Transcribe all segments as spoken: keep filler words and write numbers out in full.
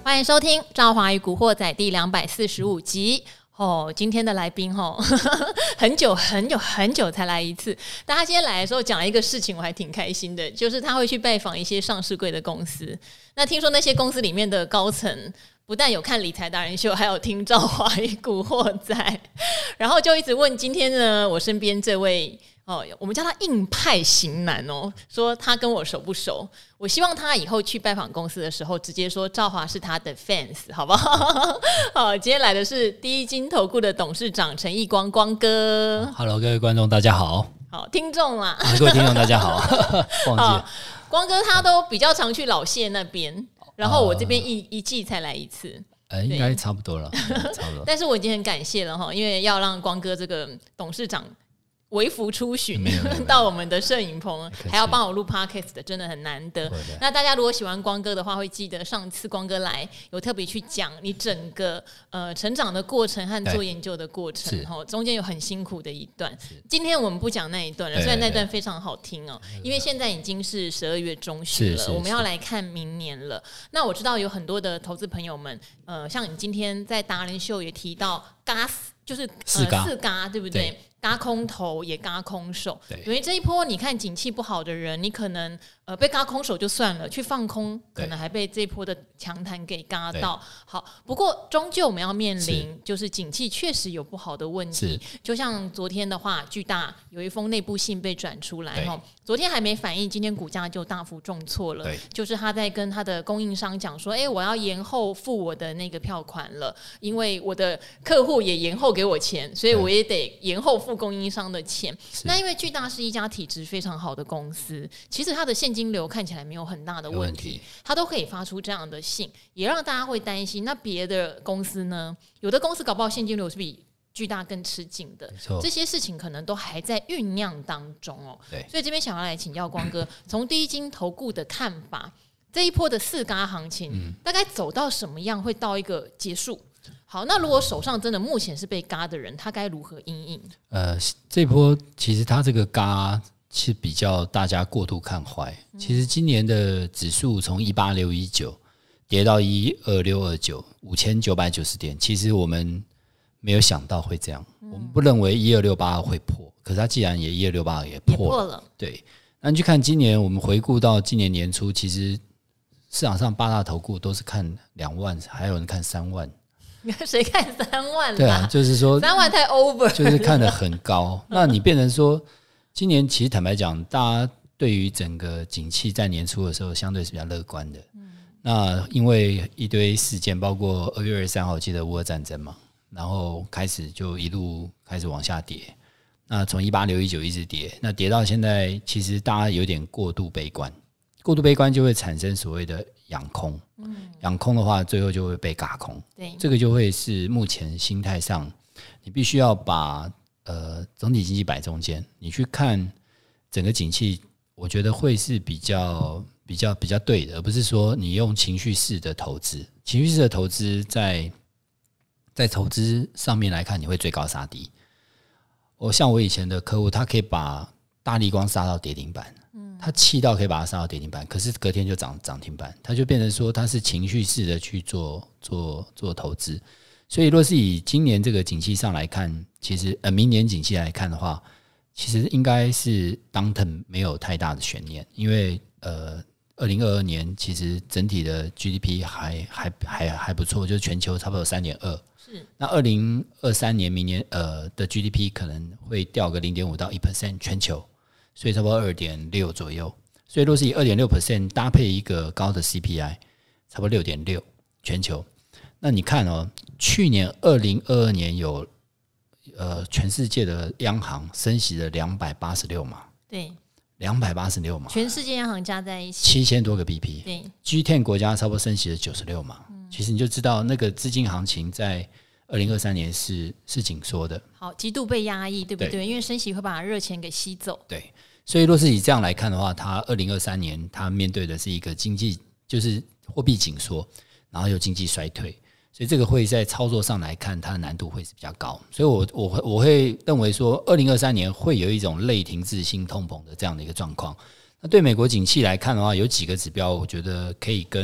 欢迎收听《赵华与古惑仔》第两百四十五集。哦，今天的来宾哦，很久很久很久才来一次。但他今天来的时候讲了一个事情，我还挺开心的，就是他会去拜访一些上市柜的公司。那听说那些公司里面的高层不但有看理财达人秀，还有听赵华与古惑仔，然后就一直问今天呢，我身边这位哦，我们叫他硬派型男哦，说他跟我熟不熟？我希望他以后去拜访公司的时候，直接说赵华是他的 fans， 好不好？好，今天来的是第一金投顾的董事长陈义光，光哥。 Hello， 各位观众，大家好。 好，听众啦， 啊、各位听众大家好。忘记了， 光哥他都比较常去老谢那边，然后我这边一、呃、一季才来一次。 呃，应该差不多了，差不多。 但是我已经很感谢了哈，因为要让光哥这个董事长微服出巡到我们的摄影棚，还要帮我录 podcast 的，真的很难得。那大家如果喜欢光哥的话，会记得上次光哥来有特别去讲你整个呃成长的过程和做研究的过程，中间有很辛苦的一段。今天我们不讲那一段了，虽然那段非常好听哦，因为现在已经是十二月中旬了，我们要来看明年了。那我知道有很多的投资朋友们，呃，像你今天在达人秀也提到 gas。就是四嘎、 呃、四嘎对不对？嘎空头也嘎空手，因为这一波你看景气不好的人，你可能呃被嘎空手就算了，去放空可能还被这一波的强弹给嘎到。好，不过终究我们要面临就是景气确实有不好的问题，就像昨天的话，巨大有一封内部信被转出来哦，昨天还没反应，今天股价就大幅重挫了。就是他在跟他的供应商讲说，哎，我要延后付我的那个票款了，因为我的客户也延后给我钱，所以我也得延后付供应商的钱。那因为巨大是一家体质非常好的公司，其实它的现金流看起来没有很大的问题，它都可以发出这样的信，也让大家会担心。那别的公司呢？有的公司搞不好现金流是比巨大更吃紧的，这些事情可能都还在酝酿当中哦。所以这边想要来请教光哥，从第一金投顾的看法，这一波的四嘎行情、嗯、大概走到什么样会到一个结束？好，那如果手上真的目前是被嘎的人，他该如何因应？ 呃，这波其实他这个嘎是比较大家过度看坏、嗯。其实今年的指数从一八六一九跌到一二六二九，五千九百九十点，其实我们没有想到会这样。嗯、我们不认为一二六八会破，可是它既然也一二六八也破了， 也破了， 对。那你去看今年，我们回顾到今年年初，其实市场上八大投顾都是看两万，还有人看三万。 谁看三万啦？ 对啊，就是说三万太 over， 就是看得很高。那你变成说，今年其实坦白讲，大家对于整个景气在年初的时候相对是比较乐观的。嗯、那因为一堆事件，包括二月二十三号记得乌俄战争嘛，然后开始就一路开始往下跌。那从一八六一九一直跌，那跌到现在，其实大家有点过度悲观。过度悲观就会产生所谓的养空，养、嗯、空的话，最后就会被嘎空。对，这个就会是目前心态上，你必须要把呃总体经济摆中间，你去看整个景气，我觉得会是比较比较比较对的，而不是说你用情绪式的投资。情绪式的投资在在投资上面来看，你会追高杀低。我像我以前的客户，他可以把大立光杀到跌停板。他气到可以把它杀到跌停板，可是隔天就涨涨停板，他就变成说他是情绪式的去做做做投资。所以若是以今年这个景气上来看，其实呃明年景气来看的话，其实应该是当腾没有太大的悬念，因为呃二零二二年其实整体的 G D P 还还还还不错，就是全球差不多 三点二。是，那二零二三年明年呃的 G D P 可能会掉个 零点五 到 百分之一 全球。所以差不多 二点六 左右，所以若是以 百分之二点六 搭配一个高的 C P I， 差不多 六点六 全球。那你看哦，去年二零二二年有呃全世界的央行升息了两百八十六码， 对， 两百八十六码， 全世界央行加在一起七千多个 B P， 对 ，G 十 国家差不多升息了九十六码、嗯，其实你就知道那个资金行情在二零二三年是是紧缩的， 好，极度被压抑，对不 对, 对？因为升息会把热钱给吸走， 对。所以若是以这样来看的话，它二零二三年它面对的是一个经济就是货币紧缩，然后又经济衰退，所以这个会在操作上来看它的难度会是比较高。所以我我会我会认为说二零二三年会有一种类停滞性通膨的这样的一个状况。那对美国景气来看的话，有几个指标我觉得可以跟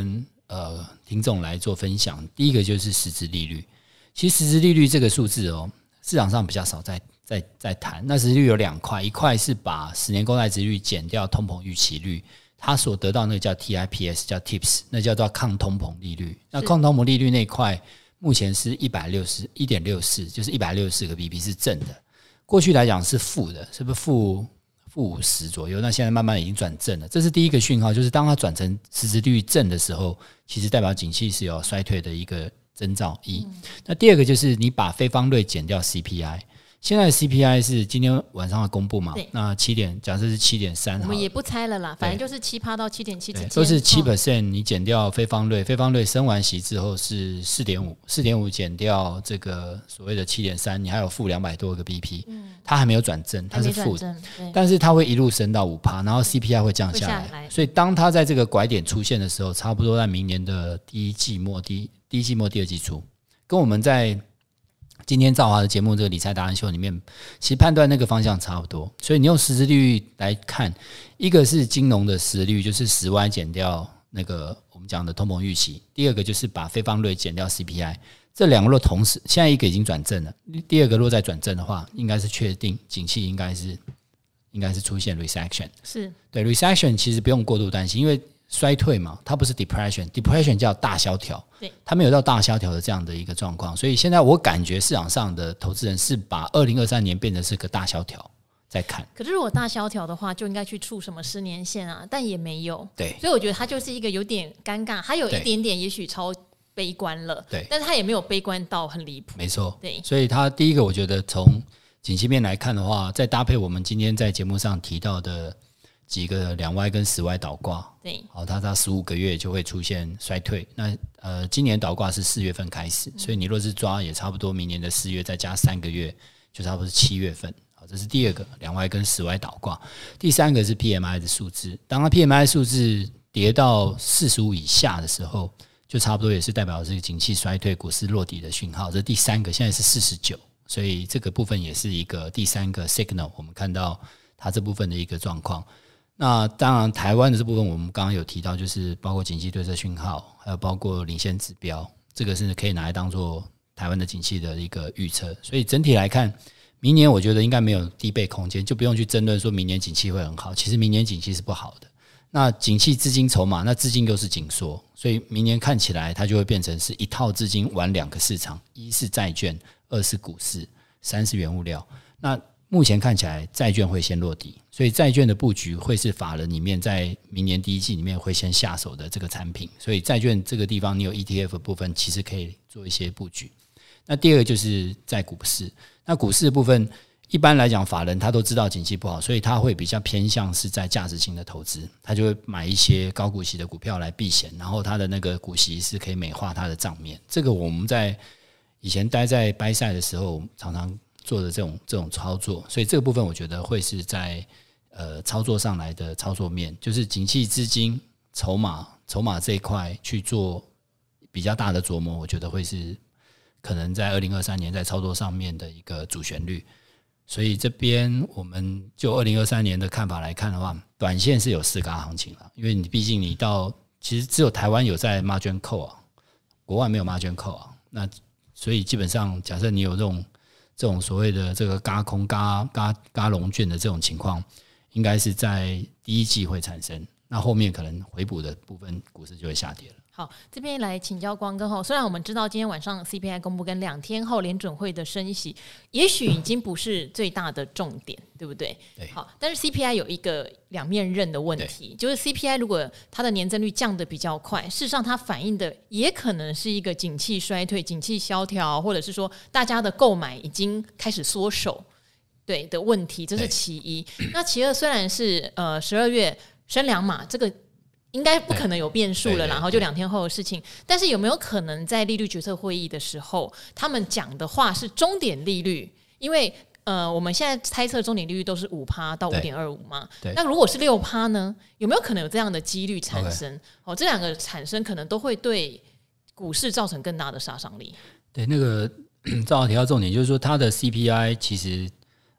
呃听众来做分享。第一个就是实质利率，其实实质利率这个数字哦，市场上比较少在在在谈。那实质利率有两块，一块是把十年公债殖利率减掉通膨预期率，它所得到那个叫 T I P S 叫 T I P S， 那叫做抗通膨利率。那抗通膨利率那块目前是 一百六十一点六四， 就是一百六十四个 B P 是正的，过去来讲是负的，是不是负负五十左右？那现在慢慢已经转正了，这是第一个讯号，就是当它转成实质利率正的时候，其实代表景气是有衰退的一个征兆一、嗯。那第二个就是你把非方瑞减掉 C P I。现在的 C P I 是今天晚上的公布嘛？那七点，假设是七点三， 我们也不猜了啦，反正就是七趴到七点七之间， 都是七 percent。你减掉非方瑞，非方瑞升完息之后是四点五，四点五减掉这个所谓的七点三，你还有负两百多个 B P，、嗯、它还没有转正，它是负的，但是它会一路升到五趴，然后 C P I 会降下来，下来所以当它在这个拐点出现的时候，差不多在明年的第一季末、第第一季末、第二季初，跟我们在今天兆华的节目这个理财达人秀里面，其实判断那个方向差不多。所以你用实质利率来看，一个是金融的实质利率，就是十 Y 减掉那个我们讲的通膨预期；第二个就是把非方瑞减掉 C P I。这两个若同时，现在一个已经转正了，第二个若再转正的话，应该是确定景气应该是应该是出现 recession。 是对 recession 其实不用过度担心，因为衰退嘛，它不是 depression， depression 叫大萧条， 对， 它没有到大萧条的这样的一个状况，所以现在我感觉市场上的投资人是把二零二三年变成是个大萧条在看。 可是如果大萧条的话，就应该去触什么十年线啊，但也没有， 对， 所以我觉得它就是一个有点尴尬，它有一点点也许超悲观了， 对， 但是它也没有悲观到很离谱， 没错， 对， 所以它第一个我觉得从景气面来看的话，再搭配我们今天在节目上提到的几个两 Y 跟十 Y 倒挂， 对， 好，它它十五个月就会出现衰退。那呃，今年倒挂是四月份开始，所以你若是抓也差不多明年的四月再加三个月，就差不多是七月份。好，这是第二个两 Y 跟十 Y 倒挂。第三个是 P M I 的数字，当它 P M I 数字跌到四十五以下的时候，就差不多也是代表这个景气衰退、股市落底的讯号。这是第三个，现在是四十九，所以这个部分也是一个第三个 signal， 我们看到它这部分的一个状况。那当然台湾的这部分我们刚刚有提到，就是包括景气对策讯号，还有包括领先指标，这个是可以拿来当做台湾的景气的一个预测。所以整体来看，明年我觉得应该没有低倍空间，就不用去争论说明年景气会很好，其实明年景气是不好的。那景气资金筹码，那资金又是紧缩，所以明年看起来它就会变成是一套资金玩两个市场，一是债券，二是股市，三是原物料。那目前看起来债券会先落底，所以债券的布局会是法人里面在明年第一季里面会先下手的这个产品，所以债券这个地方你有 E T F 的部分其实可以做一些布局。那第二个就是在股市，那股市的部分一般来讲法人他都知道景气不好，所以他会比较偏向是在价值型的投资，他就会买一些高股息的股票来避险，然后他的那个股息是可以美化他的账面。这个我们在以前待在buy side的时候常常做的这种这种操作，所以这个部分我觉得会是在呃操作上来的操作面，就是景气资金筹码筹码这一块去做比较大的琢磨，我觉得会是可能在二零二三年在操作上面的一个主旋律。所以这边我们就二零二三年的看法来看的话，短线是有四嘎行情了，因为你毕竟你到其实只有台湾有在 margin call 啊，国外没有 margin call 啊，那所以基本上假设你有这种这种所谓的这个轧空轧轧轧龙卷的这种情况，应该是在第一季会产生，那后面可能回补的部分股市就会下跌了。 好，这边来请教光哥后，虽然我们知道今天晚上 C P I 公布跟两天后联准会的升息也许已经不是最大的重点，对不对？ 对。 好，但是 C P I 有一个两面刃的问题，就是 C P I 如果它的年增率降得比较快，事实上它反映的也可能是一个景气衰退、景气萧条，或者是说大家的购买已经开始缩手，对的问题，这是其一。那其二，虽然是呃十二月升两码，这个应该不可能有变数了，然后就两天后的事情。但是有没有可能在利率决策会议的时候，他们讲的话是终点利率？因为呃，我们现在猜测终点利率都是五趴到五点二五嘛。那如果是六趴呢？有没有可能有这样的几率产生？ Okay. 哦，这两个产生可能都会对股市造成更大的杀伤力。 对，那个正好提到重点，就是说它的 C P I 其实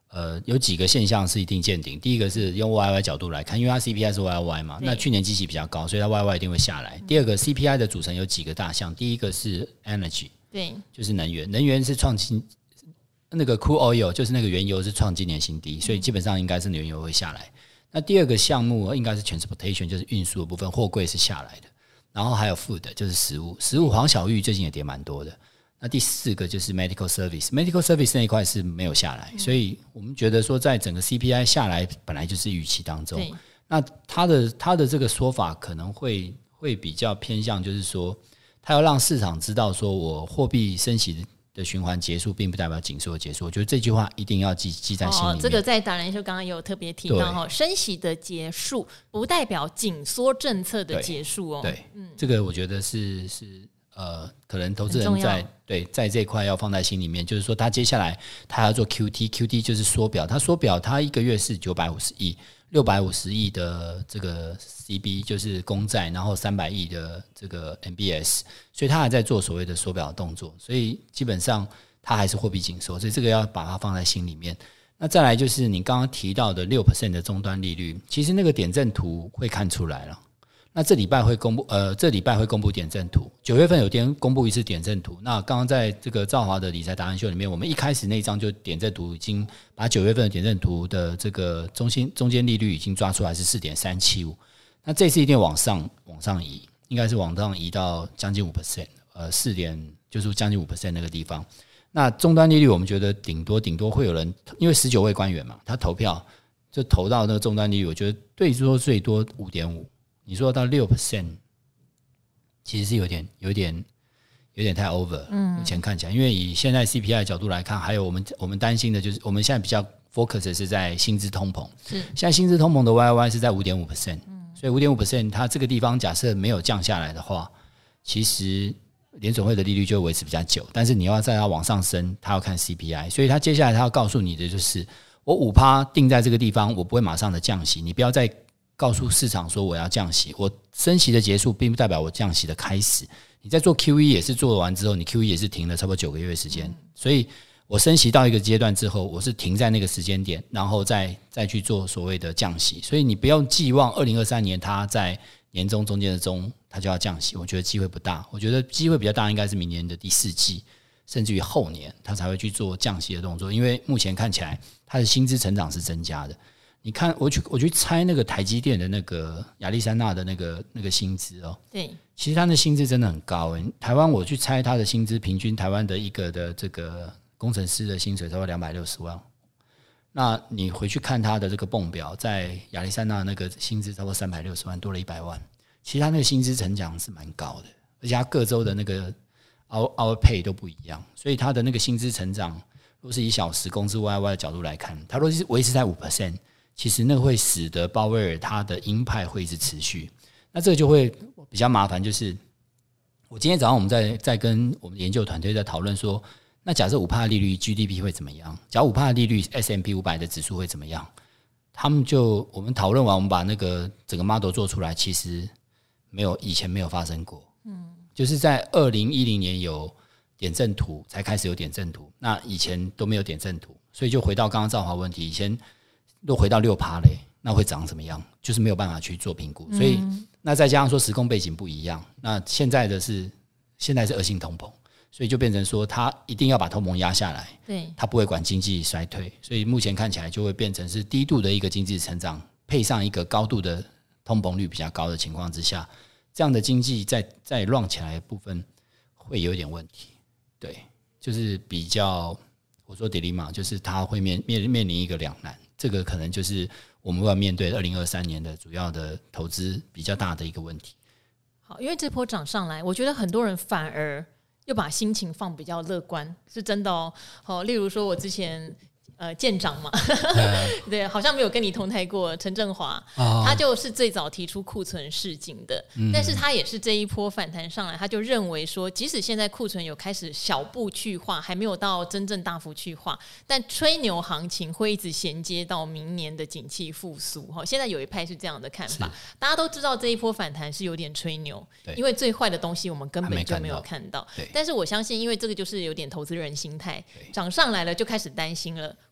呃，有几个现象是一定见顶。第一个是用 Y Y 角度来看，因为它 C P I 是 Y Y 嘛，那去年基期比较高，所以它 Y Y 一定会下来。第二个 C P I 的组成有几个大项，第一个是 energy， 对， 就是能源，能源是创新那个 crude oil 就是那个原油是创今年新低，所以基本上应该是原油会下来。那第二个项目应该是 transportation， 就是运输的部分，货柜是下来的，然后还有 food 就是食物，食物黄小玉最近也跌蛮多的。那第四个就是 medical service，medical service 那一块是没有下来，嗯、所以我们觉得说在整个 C P I 下来本来就是预期当中。那他的他的这个说法可能会会比较偏向，就是说他要让市场知道说我货币升息的循环结束，并不代表紧缩的结束。我觉得这句话一定要记记在心里面。哦， 这个在达人秀刚刚也有特别提到哈，升息的结束不代表紧缩政策的结束哦。 对，对嗯、这个我觉得是是呃，可能投资人在对在这一块要放在心里面，就是说他接下来他要做 Q T，Q T 就是缩表，他缩表他一个月是九百五十亿。六百五十亿的这个 C B 就是公债，然后三百亿的这个 M B S， 所以他还在做所谓的缩表的动作，所以基本上他还是货币紧缩，所以这个要把它放在心里面。那再来就是你刚刚提到的 百分之六 的终端利率，其实那个点阵图会看出来了。那这礼拜会公布，呃，这礼拜会公布点阵图。九月份有天公布一次点阵图。那刚刚在这个兆华的理财达人秀里面，我们一开始那一张就点阵图已经把九月份的点阵图的这个中心中间利率已经抓出来是 四点三七五。那这次一定往上往上移，应该是往上移到将近 百分之五， 呃，四点就是将近 百分之五 那个地方。那终端利率我们觉得顶多顶多会有人，因为十九位官员嘛，他投票就投到那个终端利率，我觉得最多最多 五点五。你说到 百分之六， 其实是有点有点有点太 over， 目前看起来，因为以现在 C P I 的角度来看，还有我们我们担心的就是我们现在比较 focus 的是在薪资通膨，现在薪资通膨的 Y Y 是在 百分之五点五， 所以 百分之五点五 它这个地方假设没有降下来的话，其实联总会的利率就会维持比较久，但是你要在它往上升，它要看 C P I， 所以它接下来它要告诉你的就是我 百分之五 定在这个地方，我不会马上的降息，你不要再告诉市场说我要降息，我升息的结束并不代表我降息的开始。你在做 Q E 也是做完之后，你 Q E 也是停了差不多九个月的时间，所以我升息到一个阶段之后，我是停在那个时间点，然后再再去做所谓的降息。所以你不要寄望二零二三年它在年中中间的中它就要降息，我觉得机会不大。我觉得机会比较大应该是明年的第四季，甚至于后年它才会去做降息的动作，因为目前看起来它的薪资成长是增加的。你看，我去我去猜那个台积电的那个亚历山大的那个那个薪资哦， 对， 其实他的薪资真的很高诶。台湾我去猜他的薪资，平均台湾的一个的这个工程师的薪水差不多两百六十万。那你回去看他的这个泵表，在亚历山大那个薪资差不多三百六十万，多了一百万。其实他那个薪资成长是蛮高的，而且他各州的那个 hour hour pay 都不一样，所以他的那个薪资成长，如果是以小时工资 Y Y 的角度来看，他如果是维持在 百分之五。其实那个会使得鲍威尔他的鹰派会一直持续，那这个就会比较麻烦。就是我今天早上我们在在跟我们研究团队在讨论说，那假设 百分之五 的利率 G D P 会怎么样？假如 百分之五 的利率 S and P 五百 的指数会怎么样？他们就我们讨论完，我们把那个整个 model 做出来，其实没有以前没有发生过。嗯，就是在二零一零年有点阵图才开始有点阵图，那以前都没有点阵图，所以就回到刚刚兆华问题，以前。若回到 百分之六 嘞，那会长怎么样？就是没有办法去做评估，所以、嗯、那再加上说时空背景不一样，那现在的是现在是恶性通膨，所以就变成说他一定要把通膨压下来， 对， 他不会管经济衰退，所以目前看起来就会变成是低度的一个经济成长，配上一个高度的通膨率比较高的情况之下，这样的经济再再 run 起来的部分会有一点问题，对，就是比较我说 dilemma， 就是他会面面面临一个两难。这个可能就是我们要面对二零二三年的主要的投资比较大的一个问题。 好，因为这波涨上来，我觉得很多人反而又把心情放比较乐观，是真的哦。好，例如说我之前呃舰长嘛对，好像没有跟你同台过陈振华、哦、他就是最早提出库存示警的、嗯、但是他也是这一波反弹上来，他就认为说即使现在库存有开始小步去化，还没有到真正大幅去化，但吹牛行情会一直衔接到明年的景气复苏。现在有一派是这样的看法，大家都知道这一波反弹是有点吹牛，因为最坏的东西我们根本就没有看到，但是我相信因为这个就是有点投资人心态，涨上来了就开始担心了，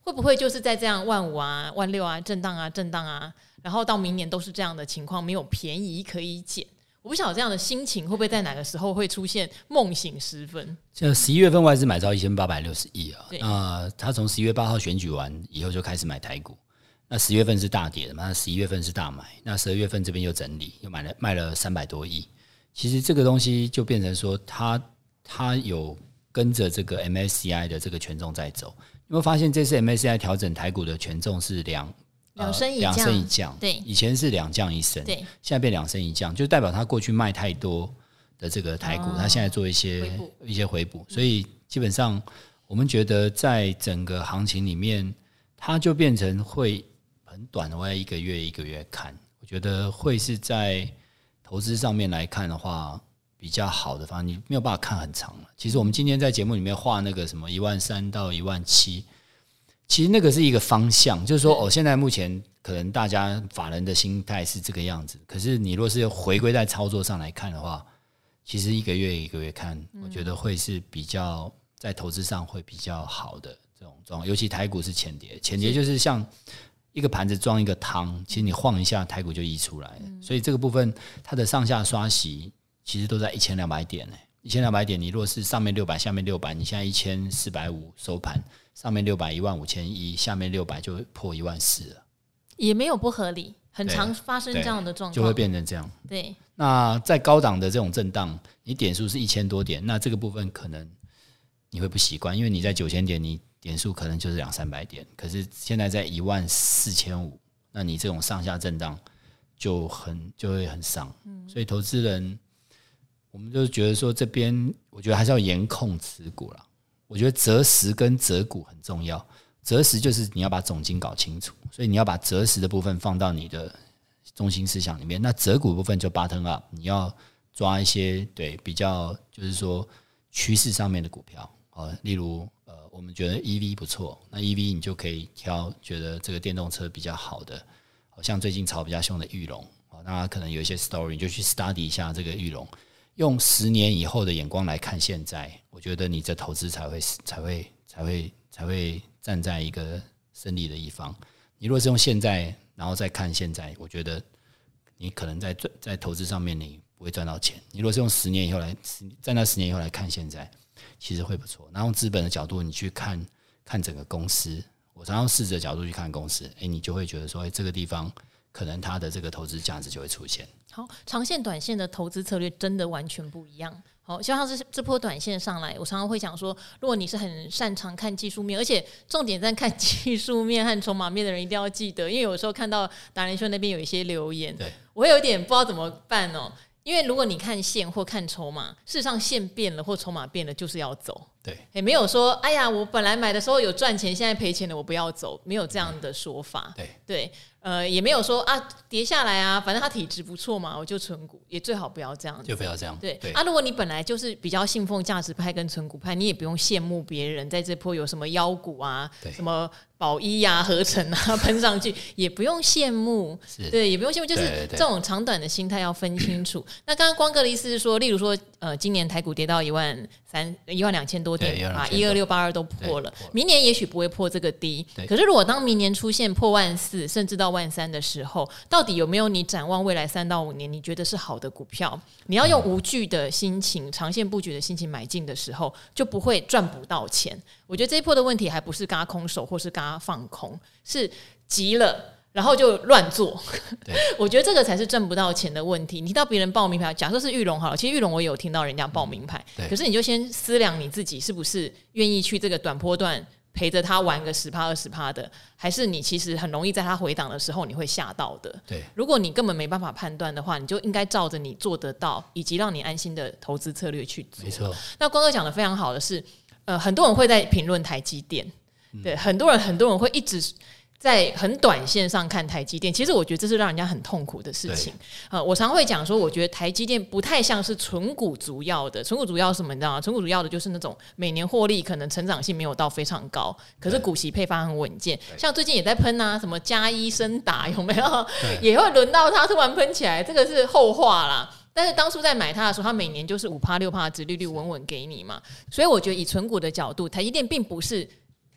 会不会就是在这样万五啊、万六啊、震荡啊、震荡啊，然后到明年都是这样的情况，没有便宜可以捡？我不晓得这样的心情会不会在哪个时候会出现梦醒时分。 像十一月份外资买超一千八百六十亿啊，那他从十一月八号选举完以后就开始买台股，那十月份是大跌的嘛，那十一月份是大买，那十二月份这边又整理，又买了卖了三百多亿。其实这个东西就变成说，他他有跟着这个 M S C I 的这个权重在走。有没有发现这次 M S C I 调整台股的权重是两？ 两升一降， 两升一降， 对， 以前是两降一升，对，现在变两升一降，就代表他过去卖太多的这个台股，他、哦、现在做一些回一些回补，所以基本上我们觉得在整个行情里面，它就变成会很短的，我要一个月一个月看，我觉得会是在投资上面来看的话，比较好的方向，你没有办法看很长了。其实我们今天在节目里面画那个什么一万三到一万七。其实那个是一个方向，就是说哦，现在目前可能大家法人的心态是这个样子，可是你若是回归在操作上来看的话，其实一个月一个月看，我觉得会是比较在投资上会比较好的这种状况，尤其台股是浅跌，浅跌就是像一个盘子装一个汤，其实你晃一下台股就溢出来了，所以这个部分它的上下刷洗其实都在一千两百点呢，一千两百点，你若是上面六百，下面六百，你现在一千四百五收盘。上面六百一万五千一，下面六百就破一万四了， 也没有不合理，很常发生这样的状况， 就会变成这样。 对， 那在高档的这种震荡，你点数是一千多点，那这个部分可能你会不习惯，因为你在九千点，你点数可能就是两三百点，可是现在在一万四千五，那你这种上下震荡就很就会很伤、嗯，所以投资人我们就觉得说这边，我觉得还是要严控持股啦。我觉得择时跟择股很重要，择时就是你要把总经搞清楚，所以你要把择时的部分放到你的中心思想里面，那择股的部分就 bottom up， 你要抓一些对比较就是说趋势上面的股票、呃、例如呃，我们觉得 E V 不错，那 E V 你就可以挑觉得这个电动车比较好的，像最近炒比较凶的裕隆，那可能有一些 story 你就去 study 一下这个裕隆，用十年以后的眼光来看现在，我觉得你的投资才会才会才会才会站在一个胜利的一方。你如果是用现在，然后再看现在，我觉得你可能在在投资上面你不会赚到钱。你如果是用十年以后来在那十年以后来看现在，其实会不错。然后用资本的角度，你去看看整个公司，我常用市值的角度去看公司，哎，你就会觉得说，哎，这个地方可能它的这个投资价值就会出现。 好，长线短线的投资策略真的完全不一样。好，就像是这波短线上来，我常常会讲说，如果你是很擅长看技术面，而且重点在看技术面和筹码面的人，一定要记得，因为有时候看到达人秀那边有一些留言，对，我会有点不知道怎么办哦。因为如果你看线或看筹码，事实上线变了或筹码变了，就是要走。对，也没有说，哎呀，我本来买的时候有赚钱，现在赔钱了，我不要走，没有这样的说法。对对。呃，也没有说啊跌下来啊，反正它体质不错嘛，我就存股，也最好不要这样子， 就不要这样。对, 对啊，如果你本来就是比较信奉价值派跟存股派，你也不用羡慕别人在这波有什么妖股啊，什么宝一啊、合成啊喷上去，也不用羡慕，对，也不用羡慕，就是这种长短的心态要分清楚。那刚刚光哥的意思是说，例如说，呃，今年台股跌到一万三、一万两千多点，把一二六八二都破了，明年也许不会破这个低，可是如果当明年出现破万四，甚至到万三的时候，到底有没有你展望未来三到五年你觉得是好的股票？你要用无惧的心情、长线布局的心情买进的时候，就不会赚不到钱。我觉得这一波的问题还不是嘎空手或是嘎放空，是急了然后就乱做。我觉得这个才是挣不到钱的问题。你听到别人报名牌，假设是裕隆好了，其实裕隆我也有听到人家报名牌，可是你就先思量你自己是不是愿意去这个短波段陪着他玩个 百分之十、百分之二十 的，还是你其实很容易在他回档的时候你会吓到的。对，如果你根本没办法判断的话，你就应该照着你做得到以及让你安心的投资策略去做。没错。那光哥讲的非常好的是，呃，很多人会在评论台积电，对，很多人很多人会一直在很短线上看台积电，其实我觉得这是让人家很痛苦的事情。呃，我常会讲说，我觉得台积电不太像是纯股族要的。纯股族要什么？你知道吗？纯股族要的就是那种每年获利可能成长性没有到非常高，可是股息配发很稳健。像最近也在喷啊，什么嘉一升达有没有？也会轮到它突然喷起来，这个是后话啦。但是当初在买它的时候，它每年就是 百分之五、百分之六 的殖利率稳稳给你嘛。所以我觉得以纯股的角度，台积电并不是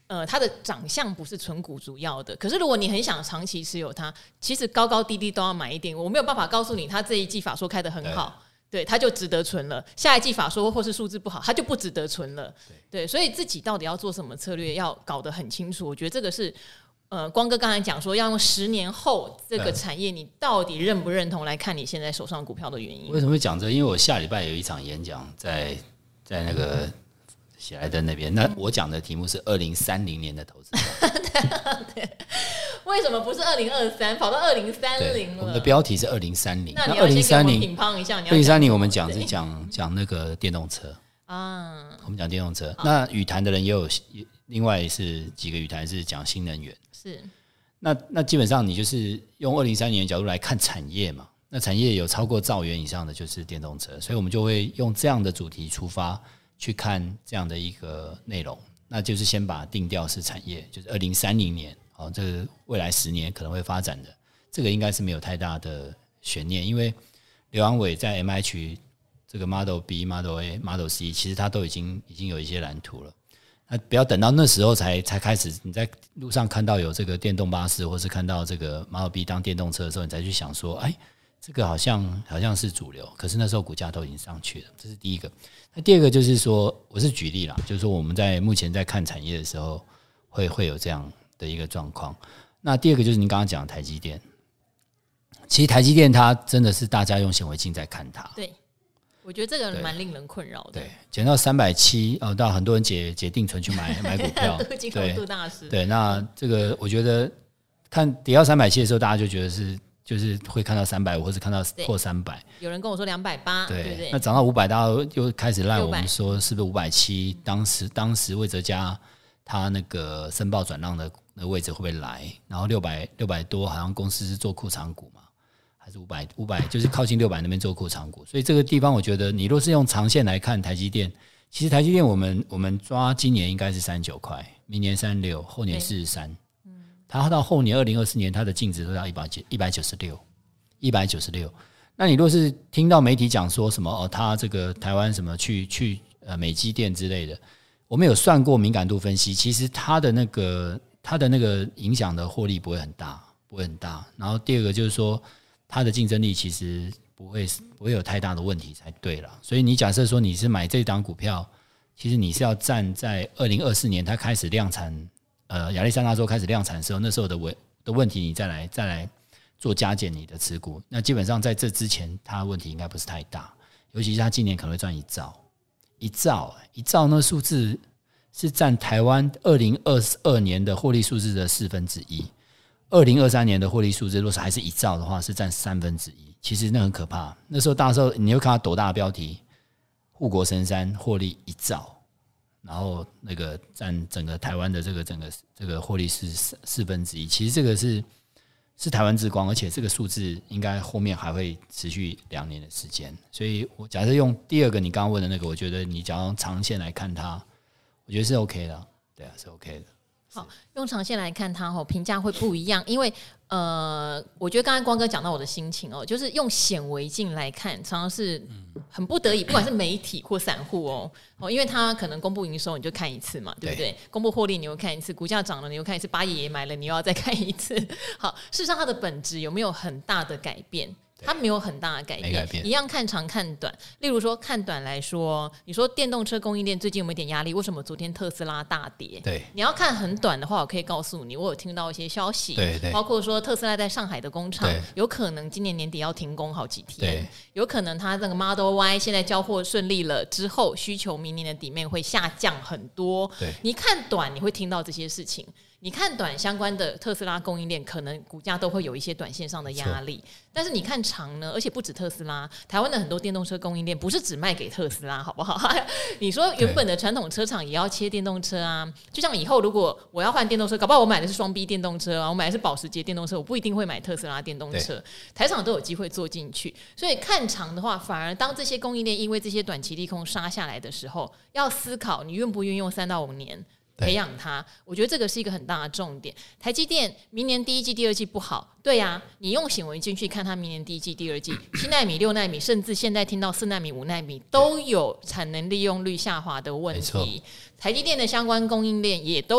呃，它的长相不是纯股主要的，可是如果你很想长期持有它，其实高高低低都要买一点。我没有办法告诉你，它这一季法说开得很好，对，它就值得存了。下一季法说或是数字不好，它就不值得存了。对，对，所以自己到底要做什么策略，要搞得很清楚。我觉得这个是，呃，光哥刚才讲说，要用十年后这个产业，你到底认不认同来看你现在手上股票的原因。 为什么会讲这个？因为我下礼拜有一场演讲在，在在那个。喜来登那边，那我讲的题目是二零三零年的投资对，为什么不是二零二三，跑到二零三零了？ 我们的标题是二零三零。 那你要先给我们品乓一下。 二零三零我们讲是讲讲那个电动车啊， 我们讲电动车。那语坛的人也有，另外是几个语坛是讲新能源。 是， 那那基本上你就是用二零三零年的角度来看产业嘛。那产业有超过兆元以上的就是电动车，所以我们就会用这样的主题出发。去看这样的一个内容，那就是先把定调是产业，就是二零三零年，哦，这个未来十年可能会发展的，这个应该是没有太大的悬念，因为刘扬伟在 M H 这个 Model B、Model A、Model C， 其实他都已经已经有一些蓝图了。那不要等到那时候才才开始，你在路上看到有这个电动巴士，或是看到这个 Model B 当电动车的时候，你才去想说，哎，这个好像好像是主流，可是那时候股价都已经上去了，这是第一个。那第二个就是说，我是举例啦，就是说我们在目前在看产业的时候会，会会有这样的一个状况。那第二个就是您刚刚讲的台积电，其实台积电它真的是大家用显微镜在看它。 对，我觉得这个蛮令人困扰的。 对，减到三百七哦，到很多人解解定存去买买股票， 金融度大师。 对，那这个我觉得看跌到三百七的时候，大家就觉得是。就是会看到三百五，或者看到破三百。 有人跟我说两百八，对不对？ 那涨到五百，大家又开始赖我们说是不是五百七？当时当时魏哲家他那个申报转让的那个位置会不会来？然后六百六百多，好像公司是做库藏股嘛，还是五百五百，就是靠近六百那边做库藏股。所以这个地方，我觉得你若是用长线来看台积电，其实台积电我们我们抓今年应该是三十九块，明年三十六，后年四十三。它到后年二零二四年，它的净值都要一百一百九十六，一百九十六。那你若是听到媒体讲说什么哦，它这个台湾什么去去呃美积电之类的，我们有算过敏感度分析，其实它的那个它的那个影响的获利不会很大，不会很大。然后第二个就是说，它的竞争力其实不会不会有太大的问题才对了。所以你假设说你是买这档股票，其实你是要站在二零二四年它开始量产。呃，亚利桑那州开始量产的时候，那时候的问的问题，你再来再来做加减你的持股，那基本上在这之前，它问题应该不是太大，尤其是它今年可能会赚一兆，一兆一兆那数字是占台湾二零二二年的获利数字的四分之一，二零二三年的获利数字，若是还是一兆的话，是占三分之一，其实那很可怕。那时候大时候你会看到多大的标题，护国神山获利一兆。然后那个占整个台湾的这个整个这个获利是四四分之一，其实这个是是台湾之光，而且这个数字应该后面还会持续两年的时间。所以我假设用第二个你刚刚问的那个，我觉得你只要用长线来看它，我觉得是 OK 的，对啊，是 OK 的。 好，用长线来看它吼，评价会不一样，因为呃，我觉得刚才光哥讲到我的心情哦，就是用显微镜来看，常常是很不得已，不管是媒体或散户哦，哦，因为他可能公布营收你就看一次嘛，对不对？对，公布获利你又看一次，股价涨了你又看一次，八爷爷买了你又要再看一次。好，事实上它的本质有没有很大的改变？它没有很大的改 变, 改变，一样看长看短。例如说看短来说，你说电动车供应链最近有没有点压力？为什么昨天特斯拉大跌？ 对， 你要看很短的话，我可以告诉你，我有听到一些消息， 对对， 包括说特斯拉在上海的工厂有可能今年年底要停工好几天，有可能它那个 Model Y 现在交货顺利了之后，需求明年的底面会下降很多。 对， 你看短你会听到这些事情。你看短相关的特斯拉供应链，可能股价都会有一些短线上的压力。但是你看长呢，而且不止特斯拉，台湾的很多电动车供应链不是只卖给特斯拉，好不好？你说原本的传统车厂也要切电动车啊。就像以后如果我要换电动车，搞不好我买的是双 B 电动车啊，我买的是保时捷电动车，我不一定会买特斯拉电动车。台厂都有机会做进去，所以看长的话，反而当这些供应链因为这些短期利空杀下来的时候，要思考你愿不愿意用三到五年。培养它，我觉得这个是一个很大的重点。台积电明年第一季、第二季不好，对呀、啊，你用显微镜去看它明年第一季、第二季，七奈米、六奈米，甚至现在听到四奈米、五奈米都有产能利用率下滑的问题。台积电的相关供应链也都有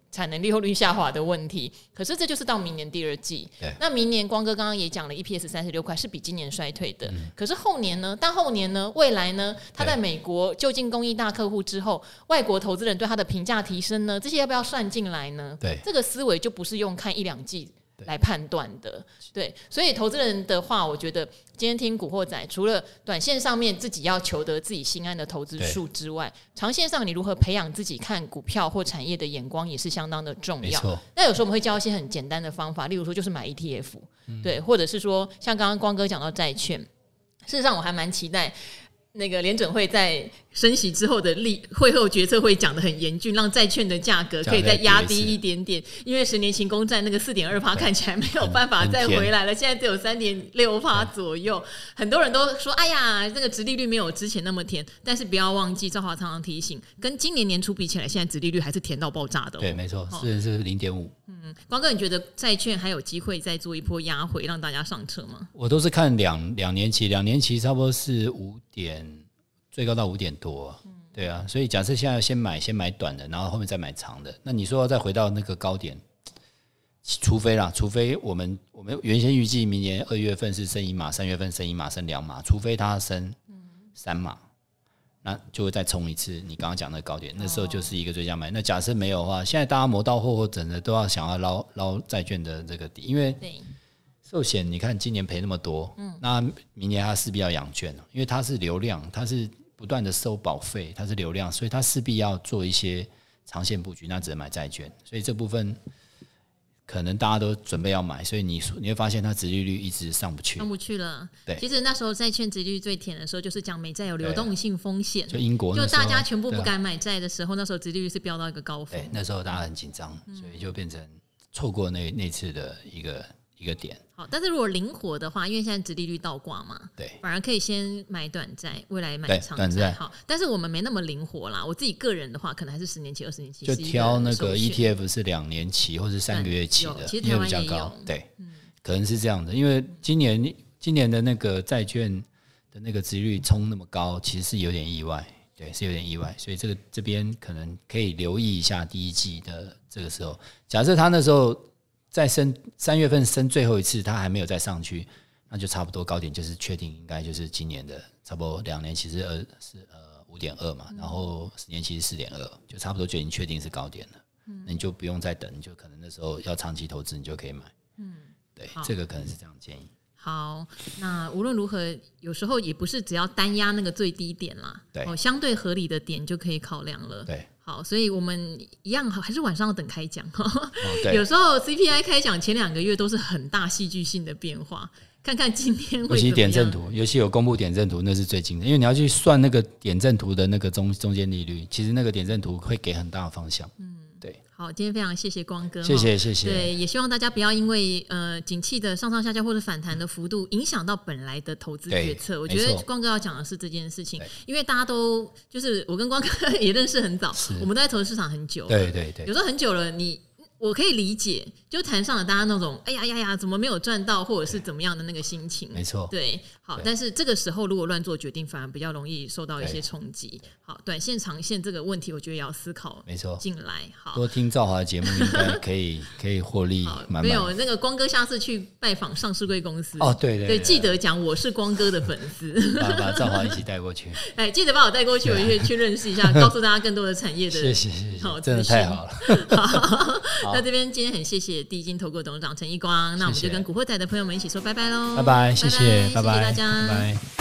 产能利用率下滑的问题，可是这就是到明年第二季。那明年光哥刚刚也讲了 E P S 三十六块是比今年衰退的、嗯、可是后年呢，但后年呢，未来呢，他在美国就近公益大客户之后，外国投资人对他的评价提升呢，这些要不要算进来呢？ 对， 这个思维就不是用看一两季来判断的。 对，所以投资人的话，我觉得今天听古惑仔，除了短线上面自己要求得自己心安的投资数之外，长线上你如何培养自己看股票或产业的眼光也是相当的重要。那有时候我们会教一些很简单的方法，例如说就是买 E T F、嗯、对，或者是说像刚刚光哥讲到债券，事实上我还蛮期待那个联准会在升息之后的利会后决策会讲得很严峻，让债券的价格可以再压低一点点，因为十年期公债那个 四点二趴 看起来没有办法再回来了，现在只有 三点六趴 左右，很多人都说哎呀这个殖利率没有之前那么甜，但是不要忘记赵华常常提醒，跟今年年初比起来，现在殖利率还是甜到爆炸的、哦、 对，没错，是是 零点五。 嗯，光哥你觉得债券还有机会再做一波压回让大家上车吗？ 我都是看两两年期，两年期差不多是五点，最高到五点多、啊嗯、对啊，所以假设现在先买先买短的，然后后面再买长的，那你说要再回到那个高点，除非啦，除非我们我们原先预计明年二月份是升一码，三月份升一码，升两码，除非它升三码，那就会再冲一次你刚刚讲的高点，那时候就是一个最佳买。那假设没有的话，现在大家磨刀霍霍整的都要想要捞捞债券的这个底，因为寿险你看今年赔那么多、嗯、那明年它势必要养券，因为它是流量，它是不断的收保费，它是流量，所以它势必要做一些长线布局，那只能买债券，所以这部分可能大家都准备要买，所以 你, 你会发现它殖利率一直上不去， 上不去了。 对， 其实那时候债券殖利率最甜的时候，就是讲美债有流动性风险， 就英国就大家全部不敢买债的时候，那时候殖利率是飙到一个高峰。 对，那时候大家很紧张，所以就变成错过 那, 那次的一个一个点。 好，但是如果灵活的话，因为现在殖利率倒挂嘛， 对， 反而可以先买短债，未来买长债。好，但是我们没那么灵活啦。我自己个人的话，可能还是十年期、二十年期， 就挑那个 E T F 是两年期或是三个月期的， 其实台湾也有， 比较高，对、嗯，可能是这样的。因为今年今年的那个债券的那个殖利率冲那么高，其实是有点意外，对，是有点意外。所以这个这边可能可以留意一下第一季的这个时候，假设他那时候再升三月份升最后一次，它还没有再上去，那就差不多高点就是确定应该就是今年的差不多两年期是二是呃五点二嘛，然后十年期是四点二，就差不多就已经确定是高点了。嗯，那你就不用再等，你就可能那时候要长期投资，你就可以买。嗯，对，这个可能是这样建议。 好，那无论如何，有时候也不是只要单压那个最低点啦， 对、 哦，相对合理的点就可以考量了。 对。 好，所以我们一样还是晚上要等开奖、哦、有时候 C P I 开奖前两个月都是很大戏剧性的变化，看看今天会怎么样。 尤其点阵图，尤其有公布点阵图，那是最惊的，因为你要去算那个点阵图的那个 中, 中间利率，其实那个点阵图会给很大的方向。嗯，对。好， 今天非常谢谢光哥， 谢谢谢谢。 对，也希望大家不要因为呃景气的上上下下或者反弹的幅度影响到本来的投资决策。我觉得光哥要讲的是这件事情，因为大家都就是我跟光哥也认识很早，我们都在投资市场很久了， 对对对， 有时候很久了你。我可以理解，就谈上了大家那种哎呀呀呀怎么没有赚到或者是怎么样的那个心情， 没错， 对，好，但是这个时候如果乱做决定反而比较容易受到一些冲击。好，短线长线这个问题我觉得也要思考没错进来。好， 多听兆华的节目应该可以可以获利满满。 没有那个光哥下次去拜访上市贵公司哦，对 对, 对, 对，记得讲我是光哥的粉丝， 把把兆华一起带过去， 哎，记得把我带过去，我也去认识一下，告诉大家更多的产业的谢谢谢谢，好，真的太好了。 好，那这边今天很谢谢第一金投顾董事长陈一光，那我们就跟古惑仔的朋友们一起说拜拜喽， 拜拜，谢谢， 拜拜，谢谢大家， 拜拜。